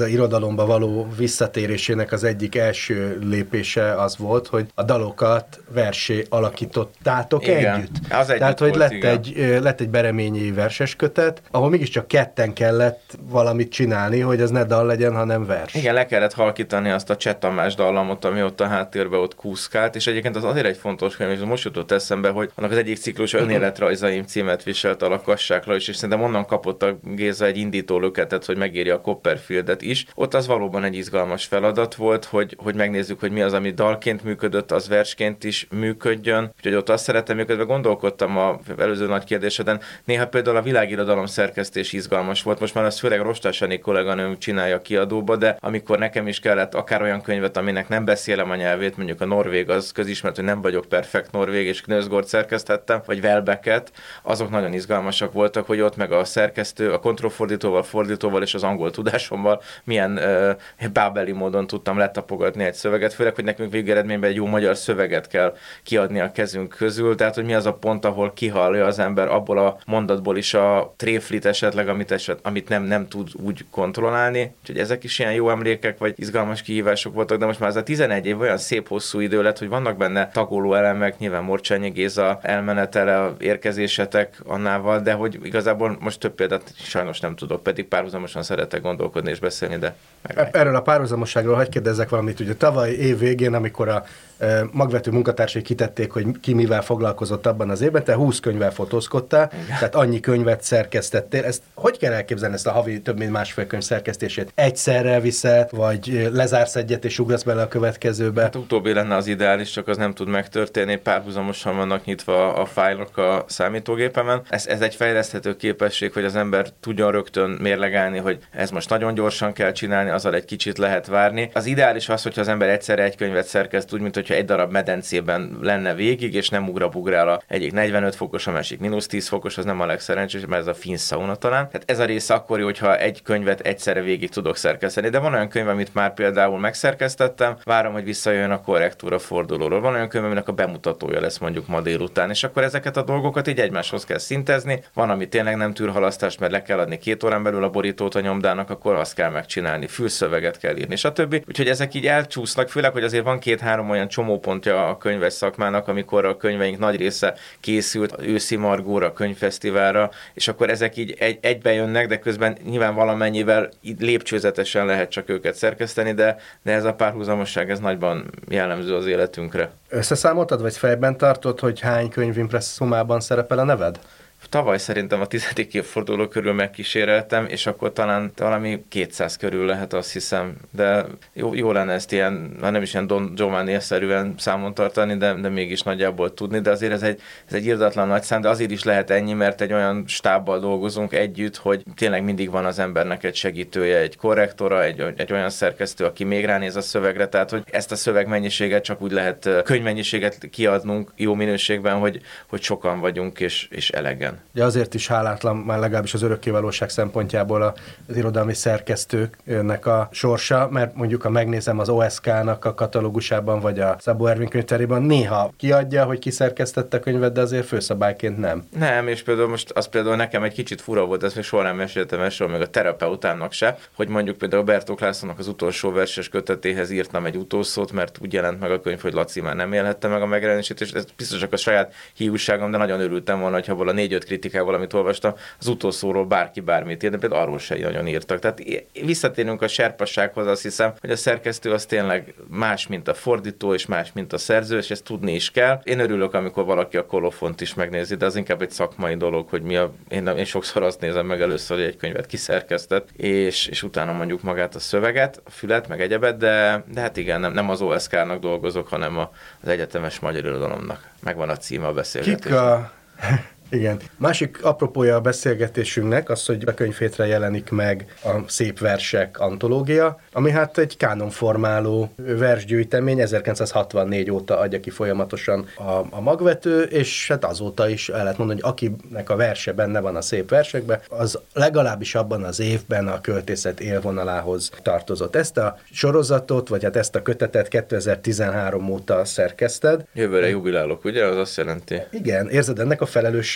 irodalomba való visszatérésének az egyik első lépése az volt, hogy a dalokat versé alakítottátok igen. együtt. Az Tehát, együtt hogy volt, lett, igen. egy, lett egy bereményi verses kötet, ahol mégiscsak ketten kellett valamit csinálni, hogy ez ne dal legyen, hanem vers. Igen, le kellett halkítani azt a Cseh Tamás dallamot, ami ott a háttérben ott kúszkált, és egyébként az azért egy fontos könyv, és most jutott eszembe, hogy annak az egyik ciklus Önéletrajzaim címet viselt a Kassák Lajos, és szerintem onnan kapott a Géza egy indító löketet, hogy megírja a Copperfieldet is. Ott az valóban egy izgalmas feladat volt, hogy, hogy megnézzük, hogy mi az, ami dalként működött, az versként is működjön. Úgyhogy ott azt szeretem, miközben gondolkodtam a előző nagy kérdéseden. Néha például a világirodalom szerkesztés izgalmas volt. Most már az főleg Rostás Ani kolléganőm csinálja a kiadóba, de amikor nekem is kellett akár olyan könyvet, aminek nem beszélem a nyelvét, mondjuk a norvég, az közismert, hogy nem vagyok perfekt norvég, és Knőzgård szerkesztettem, vagy Welbecket, azok nagyon izgalmasak voltak, hogy ott meg a szerkesztő, a kontrollfordítóval, fordítóval és az angol tudásommal milyen uh, bábeli módon tudtam letapogatni egy szöveget, főleg, hogy nekünk végeredményben egy jó magyar szöveget kell kiadni a kezünk közül, tehát hogy mi az a pont, ahol kihallja az ember abból a mondatból is a tréflit esetleg, amit, eset, amit nem, nem tud úgy kontrollálni. Úgyhogy ezek is ilyen jó emlékek, vagy izgalmas kihívások voltak, de most már ez a tizenegy év olyan szép hosszú idő lett, hogy vannak benne tagoló elemek, nyilván Morcsányi Géza elmenetele, érkezésetek annával, de hogy igazából most több példát sajnos nem tudok, pedig párhuzamosan szeretek gondolkodni és beszélni, de meg... Erről a párhuzamosságról hadd kérdezzek valamit. Ugye tavaly év végén, amikor a e, magvető munkatársai kitették, hogy ki mivel foglalkozott abban az évben, te húsz könyvvel fotózkodtál, igen. Tehát annyi könyvet szerkesztettél. Ezt hogy kell elképzelni, ezt a havi több mint másfél könyv szerkesztését? Egyszerre viszed, vagy lezársz egyet és ugrasz bele a következőbe? Hát utóbbi lenne az ideális, csak az nem tud megtörténni. Párhuzamosan vannak nyitva a fájlok a számítógépemen. Ez, ez egy fejleszthető képesség, hogy az ember tudjon rögtön mérlegelni, hogy ez most nagyon gyorsan kell csinálni, azzal egy kicsit lehet várni. Az ideális az, hogyha az ember egyszerre egy könyvet szerkeszt, úgy, mint hogyha egy darab medencében lenne végig, és nem ugrabugrál a egyik negyvenöt fokos, a másik mínusz tíz fokos, az nem a legszerencsésebb, mert ez a finn sauna talán. Tehát ez a része akkor jó, hogyha egy könyvet egyszerre végig tudok szerkeszteni. De van olyan könyv, amit már például megszerkesztettem, várom, hogy visszajön a korrektúra fordulóról. Van olyan könyv, aminek a bemutatója lesz mondjuk ma délután, és akkor ezeket a dolgokat így egymáshoz kell szintezni. Van, ami tényleg nem tűr halasztást, mert le kell adni két órán belül a borítót a nyomdának, akkor azt kell megcsinálni, fülszöveget kell írni, stb. Úgyhogy ezek így elcsúsznak, főleg, hogy azért van két-három olyan csomópontja a könyves szakmának, amikor a könyveink nagy része készült őszi Margóra, könyvfesztiválra, és akkor ezek így egy, egybe jönnek, de közben nyilván valamennyivel lépcsőzetesen lehet csak őket szerkeszteni, de, de ez a párhuzamosság, ez nagyban jellemző az életünkre. Összeszámoltad, vagy fejben tartod, hogy hány könyvimpresszumában szerepel a neved? Tavaly szerintem a tizedik évforduló körül megkíséreltem, és akkor talán valami kétszáz körül lehet, azt hiszem. De jó, jó lenne ezt ilyen, nem is ilyen Don Giovanni-szerűen számon tartani, de, de mégis nagyjából tudni. De azért ez egy, ez egy irdatlan nagy szám, de azért is lehet ennyi, mert egy olyan stábbal dolgozunk együtt, hogy tényleg mindig van az embernek egy segítője, egy korrektora, egy, egy olyan szerkesztő, aki még ránéz a szövegre. Tehát, hogy ezt a szövegmennyiséget csak úgy lehet, könyvmennyiséget kiadnunk jó minőségben, hogy, hogy sokan vagyunk és, és elegen. Ugye azért is hálátlan, már legalábbis az örökkévalóság szempontjából az irodalmi szerkesztőknek a sorsa, mert mondjuk, ha megnézem az o es ká-nak a katalógusában, vagy a Szabó Ervin könyvtárában, néha kiadja, hogy kiszerkesztette a könyvet, de azért főszabályként nem. Nem, és például most az például nekem egy kicsit fura volt, ezt még soha nem meséltem el, soha, meg a terapeutámnak se, hogy mondjuk például Bertók Lászlónak az utolsó verses kötetéhez írtam egy utószót, mert úgy jelent meg a könyv, hogy Laci már nem élhette meg a megjelenését, és ez biztos csak a saját hiúságom, de nagyon örültem volna, hogyha a négy-öt kritikával, amit olvastam, az utószóról bárki bármit ír, de például arról se nagyon írtak. Tehát visszatérünk a serpassághoz, azt hiszem, hogy a szerkesztő az tényleg más, mint a fordító, és más, mint a szerző, és ezt tudni is kell. Én örülök, amikor valaki a kolofont is megnézi, de az inkább egy szakmai dolog, hogy mi a, én, én sokszor azt nézem meg először, hogy egy könyvet kiszerkesztett, és, és utána mondjuk magát a szöveget, a fület, meg egyebet, de, de hát igen, nem, nem az o es ká-nak dolgozok, hanem a, az egyetemes magyar irodalomnak. Megvan a címe a beszélgetésnek. Igen. Másik apropója a beszélgetésünknek az, hogy a könyvhétre jelenik meg a Szép versek antológia, ami hát egy kánonformáló versgyűjtemény, ezerkilencszázhatvannégy óta adja ki folyamatosan a, a magvető, és hát azóta is el lehet mondani, hogy akinek a verse benne van a Szép versekben, az legalábbis abban az évben a költészet élvonalához tartozott. Ezt a sorozatot, vagy hát ezt a kötetet kétezer-tizenhárom óta szerkeszted. Jövőre jubilálok, ugye? Az azt jelenti. Igen, érzed ennek a felelősségét?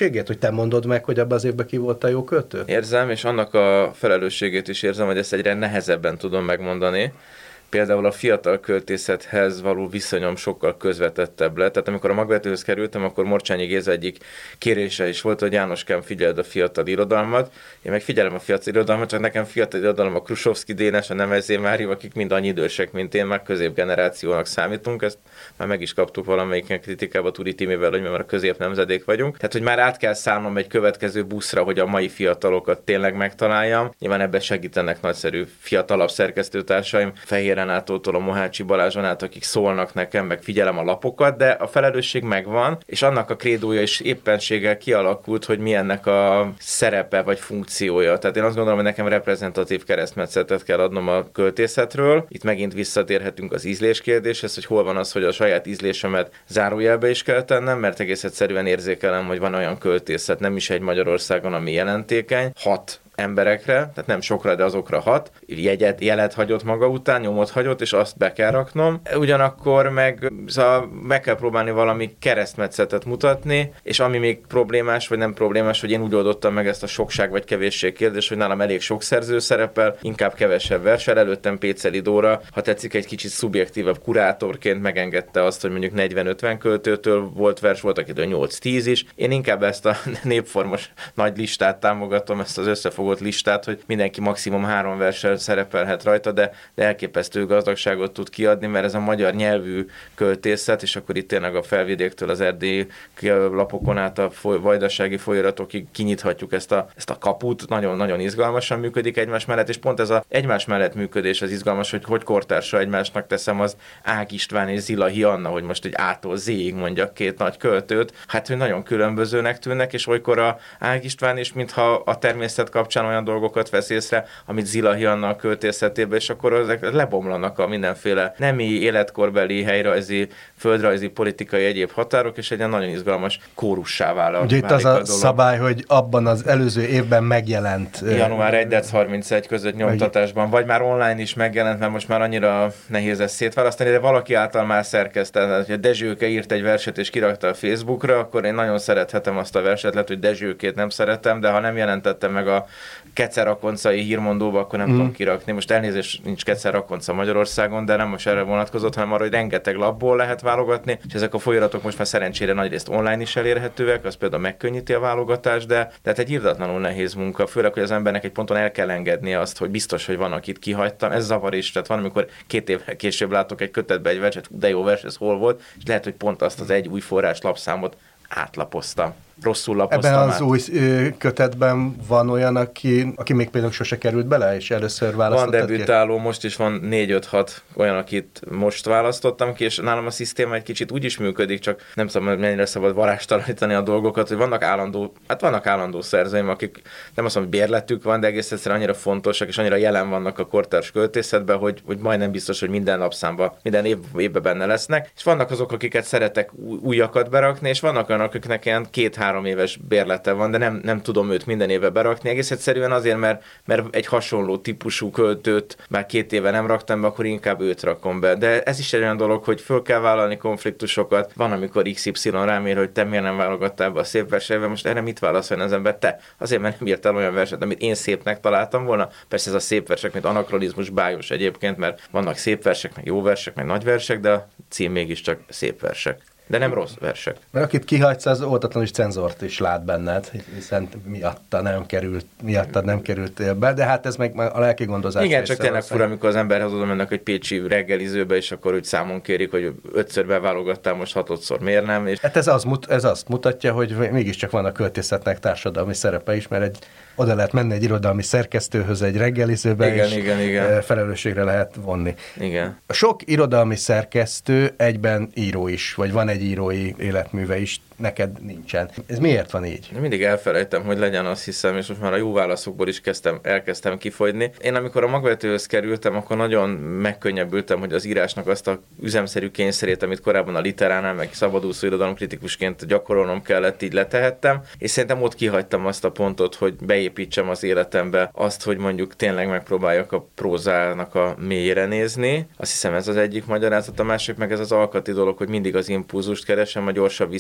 felelősségét, hogy te mondod meg, hogy abban az évben ki volt a jó költő? Érzem, és annak a felelősségét is érzem, hogy ezt egyre nehezebben tudom megmondani. Például a fiatal költészethez való viszonyom sokkal közvetettebb lett. Tehát amikor a Magvetőhöz kerültem, akkor Morcsányi Géza egyik kérése is volt, hogy Jánoskám, figyeld a fiatal irodalmat. Én meg figyelem a fiatal irodalmat, csak nekem fiatal irodalom a Krusovszki Dénes, a Nemezzé Mária, akik mind annyi idősek, mint én, már középgenerációnak számítunk. Ezt már meg is kaptuk valamelyik kritikába Turi Timivel, hogy mi már a közép nemzedék vagyunk. Tehát, hogy már át kell szállnom egy következő buszra, hogy a mai fiatalokat tényleg megtaláljam. Nyilván ebben segítenek nagyszerű fiatalabb szerkesztőtársaim, Fehér Renátótól a Mohácsi Balázson át, akik szólnak nekem, meg figyelem a lapokat, de a felelősség megvan, és annak a krédója is éppenséggel kialakult, hogy mi ennek a szerepe vagy funkciója. Tehát én azt gondolom, hogy nekem reprezentatív keresztmetszetet kell adnom a költészetről. Itt megint visszatérhetünk az ízlés kérdéshez, hogy hol van az, hogy a saját ízlésemet zárójelbe is kell tennem, mert egész egyszerűen érzékelem, hogy van olyan költészet, nem is egy Magyarországon, ami jelentékeny, hat emberekre, tehát nem sokra, de azokra hat, jegyet, jelet hagyott maga után, nyomot hagyott, és azt be kell raknom. Ugyanakkor meg, szóval meg kell próbálni valami keresztmetszetet mutatni, és ami még problémás, vagy nem problémás, hogy én úgy oldottam meg ezt a sokság vagy kevésség kérdést, hogy nálam elég sok szerző szerepel, inkább kevesebb versel. Előttem Péceli Dóra, ha tetszik, egy kicsit szubjektívebb kurátorként megengedte azt, hogy mondjuk negyven-ötven költőtől volt vers, volt akitől nyolc-tíz is. Én inkább ezt a népformos nagy listát támogatom, ezt az összefoglalót listát, hogy mindenki maximum három verssel szerepelhet rajta, de, de elképesztő gazdagságot tud kiadni, mert ez a magyar nyelvű költészet, és akkor itt tényleg a Felvidéktől az erdélyi lapokon át a foly, vajdasági folyaratokig kinyithatjuk ezt a, ezt a kaput, nagyon-nagyon izgalmasan működik egymás mellett, és pont ez az egymás mellett működés az izgalmas, hogy hogy kortársa egymásnak teszem az Ág István és Zilahi Anna, hogy most egy A-tól Z-ig mondjak két nagy költőt, hát hogy nagyon különbözőnek tűnnek, és olykor a Ág István is, mintha a természet kapcsán olyan dolgokat vesz észre, amit Zilahi Anna a költészetében, és akkor ezek lebomlanak a mindenféle nemi, életkorbeli, helyrajzi, földrajzi, politikai egyéb határok, és egy nagyon izgalmas kórussá válik. Ugye itt az a, a szabály, hogy abban az előző évben megjelent. január elseje harmincegy között nyomtatásban, vagy már online is megjelent, mert most már annyira nehéz ezt szétválasztani, de valaki által már szerkesztett. Ha Dezsőke írt egy verset és kirakta a Facebookra, akkor én nagyon szerethetem azt a verset, lehet, hogy Dezsőkét nem szeretem, de ha nem jelentettem meg a Kecerakoncai hírmondóba, akkor nem mm. tudom kirakni. Most elnézést, nincs Kecerakonca Magyarországon, de nem most erre vonatkozott, hanem arra, hogy rengeteg lapból lehet válogatni, és ezek a folyóiratok most már szerencsére nagyrészt online is elérhetőek, az például megkönnyíti a válogatást, de tehát egy irdatlanul nehéz munka, főleg, hogy az embernek egy ponton el kell engednie azt, hogy biztos, hogy van, akit kihagytam. Ez zavar is, tehát van, amikor két évvel később látok egy kötetbe egy verset, de jó vers, ez hol volt, és lehet, hogy pont azt az egy új forrás lapszámot átlapoztam. Rosszul lapoztam Ebben az át. új ö, kötetben van olyan, aki, aki még például sosem került bele, és először választottad Van debütáló, most is van négy-öt-hat olyan, akit most választottam ki, és nálam a szisztéma egy kicsit úgy is működik, csak nem tudom, mennyire szabad varástalanítani a dolgokat, hogy vannak állandó, hát vannak állandó szerzőim, akik nem azt mondom, hogy bérletük van, de egész egyszerűen annyira fontosak, és annyira jelen vannak a kortárs költészetben, hogy, hogy majdnem biztos, hogy minden lapszámban, minden év, évben benne lesznek. És vannak azok, akiket szeretek újakat berakni, és vannak olyanok, akiknek ilyen két-három éves bérlete van, de nem, nem tudom őt minden éve berakni. Egész egyszerűen azért, mert, mert egy hasonló típusú költőt már két éve nem raktam be, akkor inkább őt rakom be. De ez is egy olyan dolog, hogy föl kell vállalni konfliktusokat. Van, amikor iksz ipszilon rám ír, hogy te miért nem válogattál be a szép verseivel, most erre mit válaszolni az ember? Te. Azért, mert nem írtál olyan verset, amit én szépnek találtam volna. Persze ez a szép versek, mint anakronizmus bájos egyébként, mert vannak szép versek, meg jó versek, meg nagy versek, de a cím mégiscsak szép versek. De nem rossz versek. Mert akit kihagysz, az óvatatlanul is cenzort is lát benned, hiszen miatta nem került, miattad nem kerültél be, de hát ez meg a lelki gondozás. Igen, csak tényleg fura, amikor az emberhez oda mennek egy pécsi reggelizőbe, és akkor úgy számon kérik, hogy ötször beválogattál, most hatodszor miért nem. És... Hát ez, az, ez azt mutatja, hogy mégiscsak van a költészetnek társadalmi szerepe is, mert egy, oda lehet menni egy irodalmi szerkesztőhöz egy reggelizőbe, igen, és igen, igen. felelősségre lehet vonni. Igen. Sok irodalmi szerkesztő egyben író is, vagy van egy írói életműve is, neked nincsen. Ez miért van így? Mindig elfelejtem, hogy legyen, azt hiszem, és most már a jó válaszokból is kezdtem, elkezdtem kifogyni. Én amikor a Magvetőhöz kerültem, akkor nagyon megkönnyebbültem, hogy az írásnak azt a üzemszerű kényszerét, amit korábban a Literánál, meg szabadúszó irodalomkritikusként gyakorolnom kellett, így letehettem, és szerintem ott kihagytam azt a pontot, hogy beépítsem az életembe azt, hogy mondjuk tényleg megpróbáljak a prózának a mélyére nézni. Azt hiszem, ez az egyik magyarázat, a másik meg ez az alkati dolog, hogy mindig az impulzust keresem, a gyorsabb visszacsatolni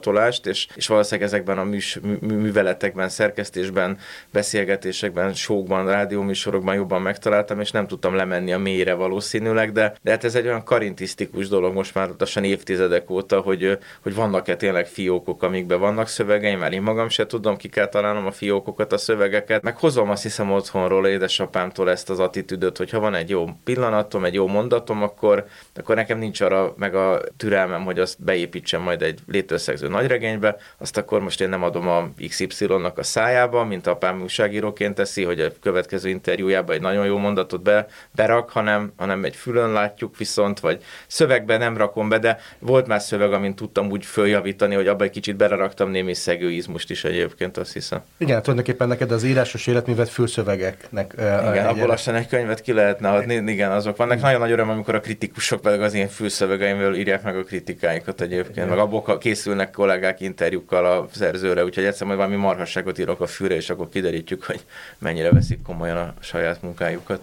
csatolást, és, és valószínűleg ezekben a műs, mű, műveletekben, szerkesztésben, beszélgetésekben, showkban, rádióműsorokban jobban megtaláltam, és nem tudtam lemenni a mélyre valószínűleg, de, de hát ez egy olyan karintisztikus dolog most már lassan évtizedek óta, hogy, hogy vannak-e tényleg fiókok, amikben vannak szövegeim, már én magam se tudom, ki kell találnom a fiókokat, a szövegeket, meg hozom azt hiszem otthonról, édesapámtól ezt az attitűdöt, hogy ha van egy jó pillanatom, egy jó mondatom, akkor, akkor nekem nincs arra meg a türelmem, hogy azt beépítsem majd egy létőszegző nagyregénybe, azt akkor most én nem adom a iksz ipszilonnak a szájába, mint apám újságíróként teszi, hogy a következő interjújában egy nagyon jó mondatot be, berak, hanem, hanem egy fülön látjuk viszont, vagy szövegben nem rakom be, de volt már szöveg, amin tudtam úgy följavítani, hogy abba egy kicsit beleraktam némi szegőizmust is egyébként, azt hiszem. Igen, tulajdonképpen neked az írásos életművet fülszövegeknek. Igen, abból lassan egy könyvet ki lehetne adni, igen, azok vannak. Nagyon nagy öröm, amikor a kritikusok pedig az én fülszövegeimről írják meg a kritikáikat egyébként, igen. Meg abból készülnek kollégák interjúkkal a szerzőre, úgyhogy egyszer majd valami marhasságot írok a fülre, és akkor kiderítjük, hogy mennyire veszik komolyan a saját munkájukat.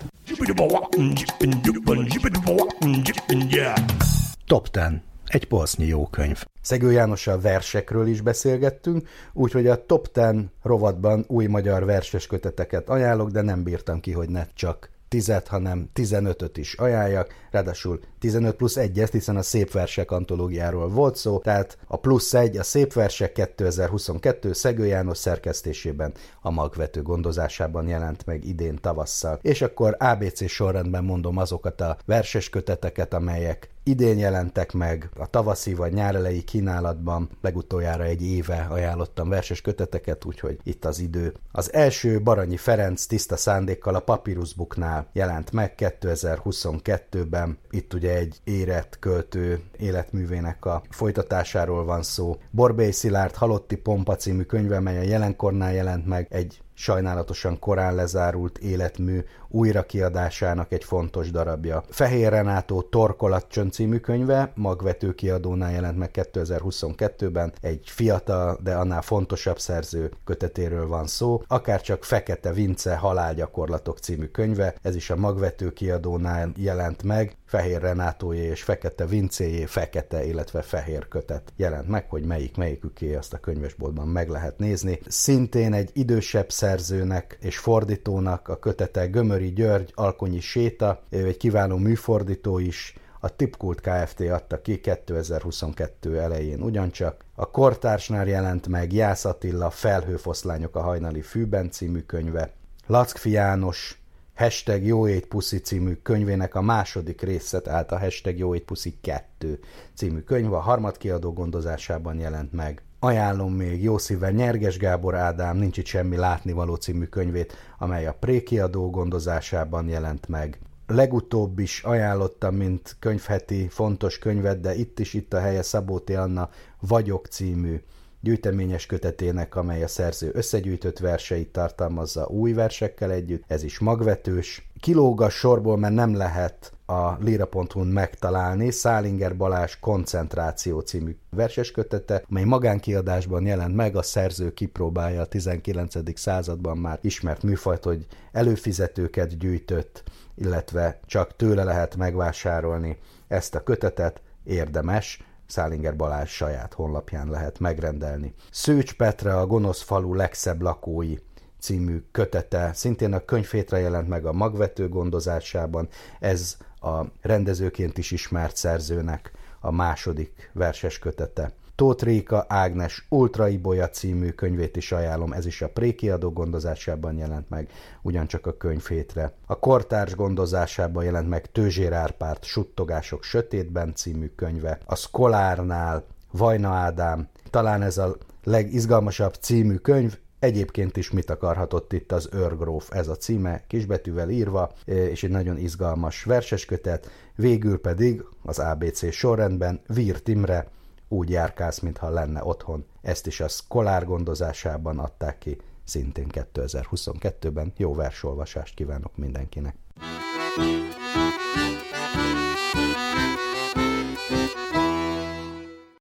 Top tíz. Egy polsznyi jó könyv. Szegő Jánossal versekről is beszélgettünk, úgyhogy a Top tíz rovatban új magyar verses köteteket ajánlok, de nem bírtam ki, hogy ne csak tízet, hanem tizenötöt is ajánljak, ráadásul tizenöt plusz egyet, hiszen a szép versek antológiáról volt szó, tehát a plusz egy, a szép versek kétezer-huszonkettő Szegő János szerkesztésében, a Magvető gondozásában jelent meg idén tavasszal. És akkor á bé cé sorrendben mondom azokat a verses köteteket, amelyek idén jelentek meg a tavaszi vagy nyárelejé kínálatban, legutoljára egy éve ajánlottam verses köteteket, úgyhogy itt az idő. Az első Baranyi Ferenc Tiszta szándékkal a Papyrus Booknál jelent meg kétezer-huszonkettőben. Itt ugye egy érett költő életművének a folytatásáról van szó. Borbély Szilárd Halotti Pompa című könyve, mely a jelenkornál jelent meg, egy sajnálatosan korán lezárult életmű újrakiadásának egy fontos darabja. Fehér Renátó Torkolatcsönd című könyve, Magvető kiadónál jelent meg kétezer-huszonkettőben, egy fiatal, de annál fontosabb szerző kötetéről van szó, akárcsak Fekete Vince Halálgyakorlatok című könyve, ez is a Magvető kiadónál jelent meg, Fehér Renátójé és Fekete Vincéjé fekete, illetve fehér kötet jelent meg, hogy melyik melyiküké, azt a könyvesboltban meg lehet nézni. Szintén egy idősebb szerzőnek és fordítónak a kötete Gömöri György Alkonyi séta, ő egy kiváló műfordító is, a Tipkult Kft. Adta ki kétezer-huszonkettő elején ugyancsak. A Kortársnál jelent meg Jász Attila Felhőfoszlányok a hajnali fűben című könyve. Lackfi János Hashtag Jó Égy Puszi című könyvének a második része, tehát a Hashtag Jó Égy Puszi kettő című könyv a Harmadkiadó gondozásában jelent meg. Ajánlom még jó szívvel Nyerges Gábor Ádám Nincs itt semmi látnivaló című könyvét, amely a Prékiadó gondozásában jelent meg. Legutóbb is ajánlottam, mint könyvheti fontos könyvet, de itt is itt a helye Szabóti Anna Vagyok című gyűjteményes kötetének, amely a szerző összegyűjtött verseit tartalmazza új versekkel együtt, ez is magvetős. Kilóg a sorból, mert nem lehet a lira pont hu-n megtalálni, Szálinger Balázs Koncentráció című verses kötete, mely magánkiadásban jelent meg, a szerző kipróbálja a tizenkilencedik században már ismert műfajt, hogy előfizetőket gyűjtött, illetve csak tőle lehet megvásárolni ezt a kötetet, érdemes, Szálinger Balázs saját honlapján lehet megrendelni. Szőcs Petra A gonosz falu legszebb lakói című kötete, szintén a Könyvhétre jelent meg a Magvető gondozásában, ez a rendezőként is ismert szerzőnek a második verses kötete. Tóth Réka Ágnes Ultraibolya című könyvét is ajánlom, ez is a Prékiadó gondozásában jelent meg, ugyancsak a Könyvhétre. A Kortárs gondozásában jelent meg Tőzsér Árpád Suttogások sötétben című könyve. A Szkolárnál Vajna Ádám, talán ez a legizgalmasabb című könyv, egyébként is Mit akarhatott itt az őrgróf, ez a címe, kisbetűvel írva, és egy nagyon izgalmas verseskötet. Végül pedig az á bé cé sorrendben Vírt Imre Úgy járkálsz, mintha lenne otthon. Ezt is a Szkolár gondozásában adták ki, szintén kétezer-huszonkettőben. Jó versolvasást kívánok mindenkinek!